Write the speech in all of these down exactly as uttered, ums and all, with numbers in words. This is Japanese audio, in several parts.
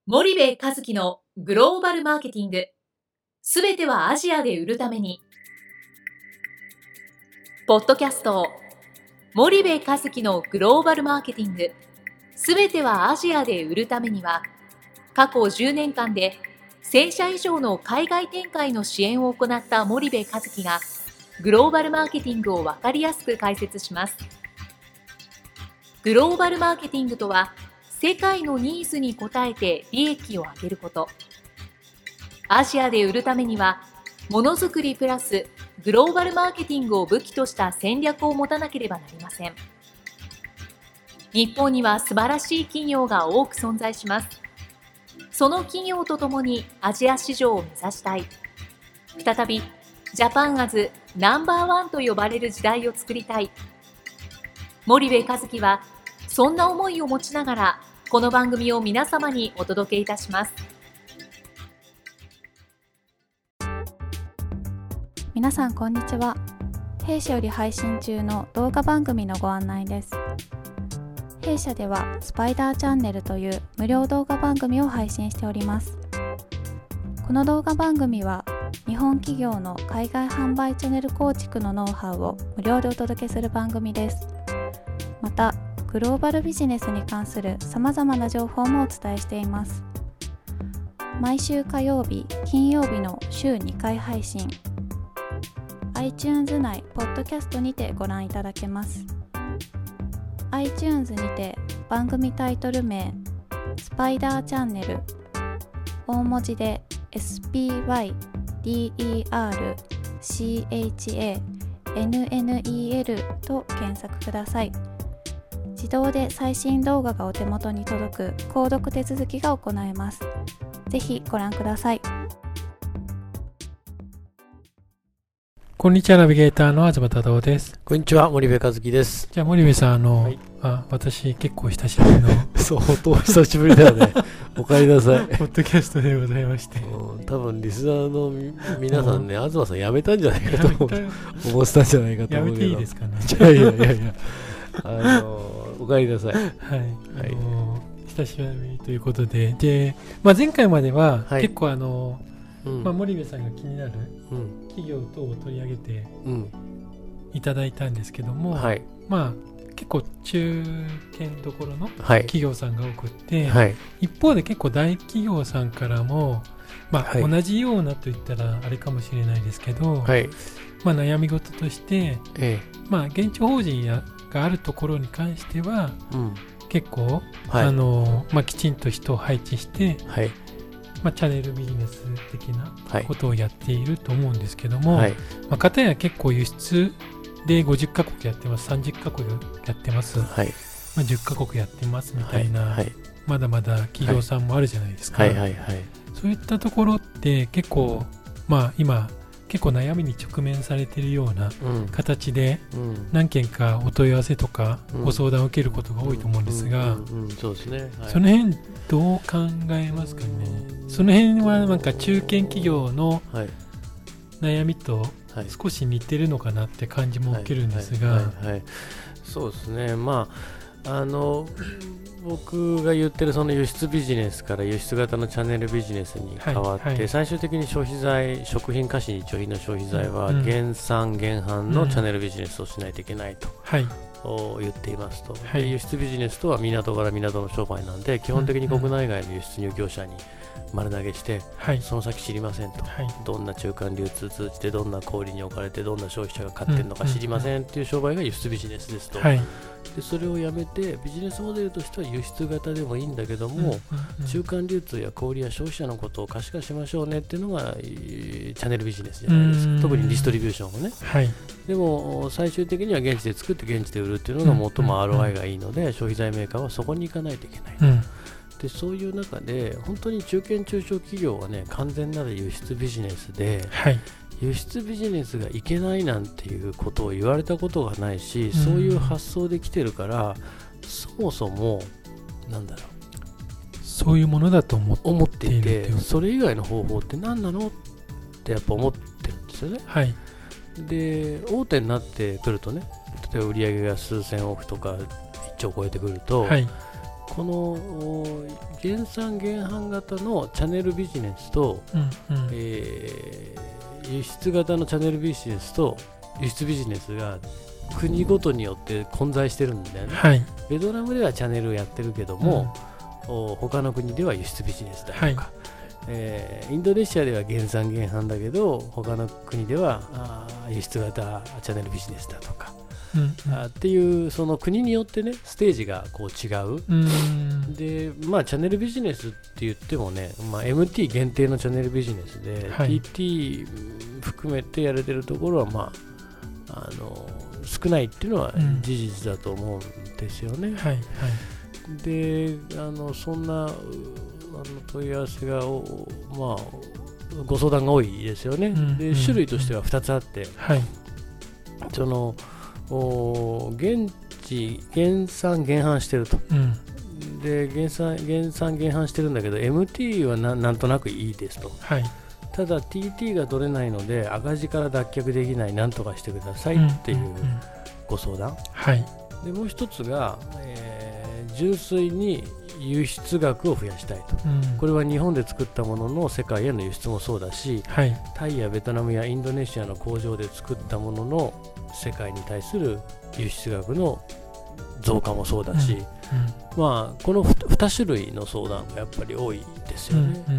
森部一樹のグローバルマーケティング、すべてはアジアで売るために。ポッドキャスト森部一樹のグローバルマーケティング、すべてはアジアで売るためには、過去じゅうねんかんでせんしゃ以上の海外展開の支援を行った森部一樹がグローバルマーケティングを分かりやすく解説します。グローバルマーケティングとは、世界のニーズに応えて利益を上げること。アジアで売るためには、ものづくりプラスグローバルマーケティングを武器とした戦略を持たなければなりません。日本には素晴らしい企業が多く存在します。その企業とともにアジア市場を目指したい。再びジャパンアズナンバーワンと呼ばれる時代を作りたい。森部一樹はそんな思いを持ちながら、この番組を皆様にお届けいたします。 皆さんこんにちは。弊社より配信中の動画番組のご案内です。弊社ではスパイダーチャンネルという無料動画番組を配信しております。この動画番組は日本企業の海外販売チャンネル構築のノウハウを無料でお届けする番組です。またグローバルビジネスに関するさまざまな情報もお伝えしています。毎週火曜日、金曜日の週にかい配信。iTunes 内ポッドキャストにてご覧いただけます。iTunes にて番組タイトル名スパイダーチャンネル、大文字で エスピーワイディーイーアールシーエイチエーエヌエヌイーエル と検索ください。自動で最新動画がお手元に届く購読手続きが行えます。ぜひご覧ください。 こんにちは、ナビゲーターの東忠夫です。 こんにちは、森部一樹です。 じゃあ森部さん、あの、はい、あ私結構久しぶりの相当久しぶりだよね。お帰りなさい。 ポッドキャストでございまして、 多分リスナーの皆さんね、東さん辞めたんじゃないかと思思ってたんじゃないかと思うけど。 やめていいですかね。 いやいやいやいやあのお帰りなさい。はい、 はい、あの久しぶりということで、で、まあ、前回までは、はい、結構あの、うんまあ、森部さんが気になる企業等を取り上げていただいたんですけども、うんはい、まあ結構中堅どころの企業さんが多くて、はい、一方で結構大企業さんからも、まあ、同じようなといったらあれかもしれないですけど、はいまあ、悩み事として、ええまあ、現地法人やがあるところに関しては、うん、結構、はいあのまあ、きちんと人を配置して、はいまあ、チャンネルビジネス的なことをやっていると思うんですけども、はいまあ、片や結構輸出でごじゅっかこくやってます、さんじゅっかこくやってます、はいまあ、じゅっかこくやってますみたいな、はいはい、まだまだ企業さんもあるじゃないですか、はいはいはいはい、そういったところって結構、まあ、今結構悩みに直面されているような形で何件かお問い合わせとかご相談を受けることが多いと思うんですが、その辺どう考えますかね。その辺はなんか中堅企業の悩みと少し似てるのかなって感じも受けるんですが、 そうですね。まああの僕が言ってるその輸出ビジネスから輸出型のチャンネルビジネスに変わって、はいはい、最終的に消費財、食品菓子日用品の消費財は原産原販のチャンネルビジネスをしないといけないと、うん、言っていますと、はい、で輸出ビジネスとは港から港の商売なんで、基本的に国内外の輸出入業者に丸投げして、はい、その先知りませんと、はい、どんな中間流通通じてどんな小売に置かれてどんな消費者が買ってるのか知りませんっていう商売が輸出ビジネスですと、はい、でそれをやめてビジネスモデルとしては輸出型でもいいんだけども、うんうんうん、中間流通や小売や消費者のことを可視化しましょうねっていうのがチャンネルビジネスじゃないですか。特にディストリビューションをね、はい、でも最終的には現地で作って現地で売るっていうのが最も アールオーアイ がいいので、うんうんうん、消費財メーカーはそこに行かないといけないと、うんでそういう中で本当に中堅中小企業はね、完全なる輸出ビジネスで、はい、輸出ビジネスがいけないなんていうことを言われたことがないし、うん、そういう発想で来てるから、そもそもなんだろう、 そういうものだと思って思っていて、それ以外の方法って何なのってやっぱ思ってるんですよね、はい、で大手になってくるとね、例えば売上が数千億とかいっちょう超えてくると、はい、 この減産減販型のチャンネルビジネスと、うんうん、えー、輸出型のチャンネルビジネスと輸出ビジネスが国ごとによって混在してるんだよね、はい、ベトナムではチャンネルをやってるけども、うん、他の国では輸出ビジネスだとか、はい、えー、インドネシアでは減産減販だけど他の国ではあ輸出型チャンネルビジネスだとか、うんうん、あっていうその国によってねステージがこう違う、うん、でまあチャンネルビジネスって言ってもね、まあ、エムティー 限定のチャンネルビジネスで、はい、ティーティー 含めてやれてるところはまああの少ないっていうのは事実だと思うんですよね、うん、はいはい、であのそんなあの問い合わせがまあご相談が多いですよね、うん、で種類としてはふたつあって、はい、そのお現地減産減販してると、うん、で減産減産減販してるんだけど エムティー は な, なんとなくいいですと、はい、ただ ティーティー が取れないので赤字から脱却できない、なんとかしてくださいっていうご相談、うんうんうん、はい、でもう一つが、えー、純粋に輸出額を増やしたいと、うん、これは日本で作ったものの世界への輸出もそうだし、はい、タイやベトナムやインドネシアの工場で作ったものの世界に対する輸出額の増加もそうだし、うんうん、まあこのに種類の相談がやっぱり多いですよね。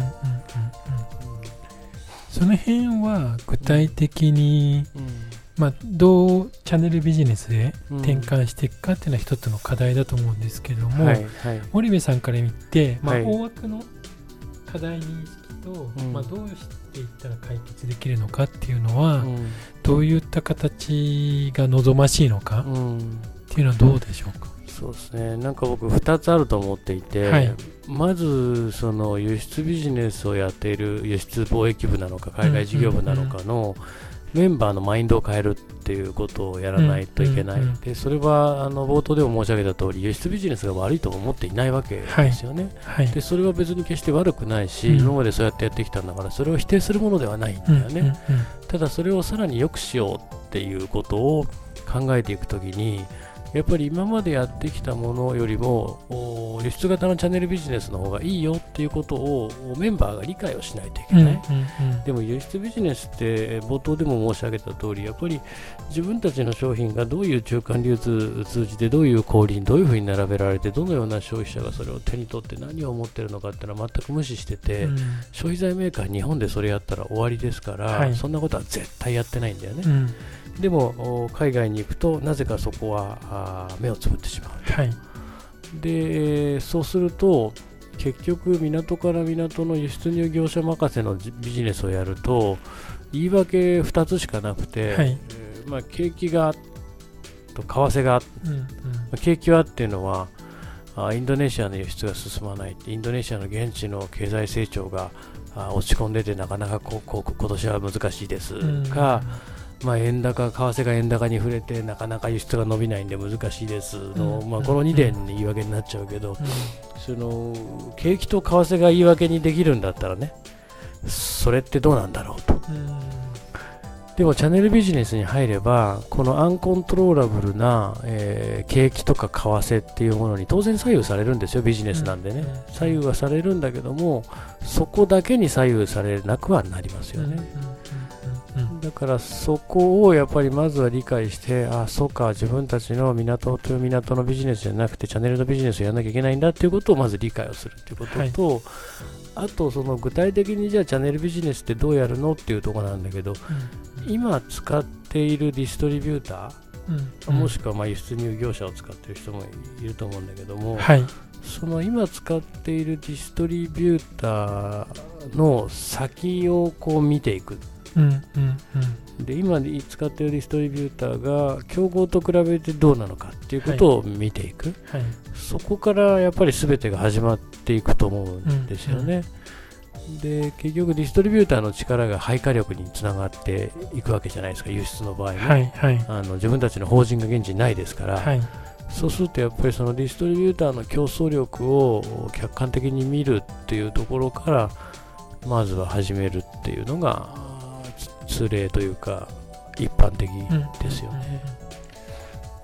その辺は具体的に、うんうん、まあ、どうチャンネルビジネスへ転換していくかっていうのは一つの課題だと思うんですけれども、はいはい、森部さんから見て、まあ、大枠の課題認識と、はい、まあ、どうしていったら解決できるのかっていうのは、うん、どういった形が望ましいのか、うん、っていうのはどうでしょうか。 そうですね、なんか僕ふたつあると思っていて、はい、まずその輸出ビジネスをやっている輸出貿易部なのか海外事業部なのかのメンバーのマインドを変えるっていうことをやらないといけない、うんうんうん、でそれはあの冒頭でも申し上げた通り輸出ビジネスが悪いとも思っていないわけですよね、はいはい、でそれは別に決して悪くないし、うん、今までそうやってやってきたんだからそれを否定するものではないんだよね、うんうんうん、ただそれをさらに良くしようっていうことを考えていくときにやっぱり今までやってきたものよりも輸出型のチャンネルビジネスの方がいいよっていうことをメンバーが理解をしないといけない、うんうんうん、でも輸出ビジネスって冒頭でも申し上げた通りやっぱり自分たちの商品がどういう中間流通を通じてどういう小売にどういうふうに並べられてどのような消費者がそれを手に取って何を思ってるのかっていうのは全く無視してて、うん、消費財メーカー日本でそれやったら終わりですから、はい、そんなことは絶対やってないんだよね、うん、でも海外に行くとなぜかそこは目をつぶってしまう、はい、でそうすると結局港から港の輸出入業者任せのビジネスをやると言い訳ふたつしかなくて、はい、えーまあ、景気がと為替が、うんうんまあ、景気はっていうのはあインドネシアの輸出が進まないインドネシアの現地の経済成長があ落ち込んでてなかなかここ今年は難しいですが、うんまあ、円高為替が円高に触れてなかなか輸出が伸びないんで難しいですの、うんまあ、このにてんに言い訳になっちゃうけど、うん、その景気と為替が言い訳にできるんだったらねそれってどうなんだろうと、うん、でもチャンネルビジネスに入ればこのアンコントローラブルな、えー、景気とか為替っていうものに当然左右されるんですよビジネスなんでね、うん、左右はされるんだけどもそこだけに左右されなくはなりますよね、うんだからそこをやっぱりまずは理解してあそうか自分たちの港という港のビジネスじゃなくてチャンネルのビジネスをやらなきゃいけないんだっていうことをまず理解をするということと、はい、あとその具体的にじゃあチャンネルビジネスってどうやるのっていうところなんだけど、うん、今使っているディストリビューター、うん、もしくはまあ輸出入業者を使っている人もいると思うんだけども、はい、その今使っているディストリビューターの先をこう見ていくうんうんうん、で今使っているディストリビューターが競合と比べてどうなのかっていうことを見ていく、はいはい、そこからやっぱり全てが始まっていくと思うんですよね、うんうん、で結局ディストリビューターの力が配下力につながっていくわけじゃないですか輸出の場合ね、はいはい、あの自分たちの法人が現地にないですから、はい、そうするとやっぱりそのディストリビューターの競争力を客観的に見るっていうところからまずは始めるっていうのが通例というか一般的ですよね、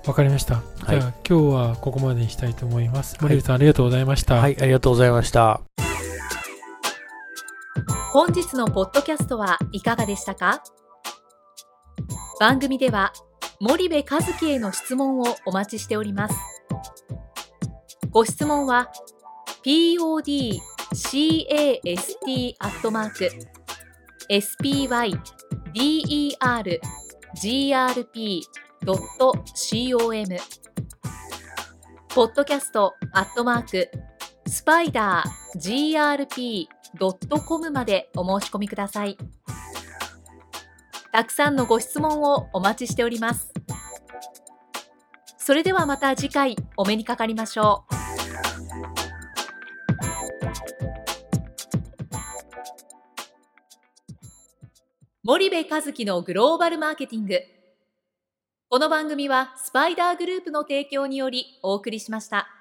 わかりました。 はい、 じゃあ今日はここまでにしたいと思います。森部さん、はい、ありがとうございました。 はい、ありがとうございました。 本日のポッドキャストはいかがでしたか？番組では森部一樹への質問をお待ちしております。ご質問は podcast アットマーク spydergrp.com ポッドキャストアットマークスパイダー ジーアールピードットコム までお申し込みください。たくさんのご質問をお待ちしております。それではまた次回お目にかかりましょう。森部一樹のグローバルマーケティング。この番組はスパイダーグループの提供によりお送りしました。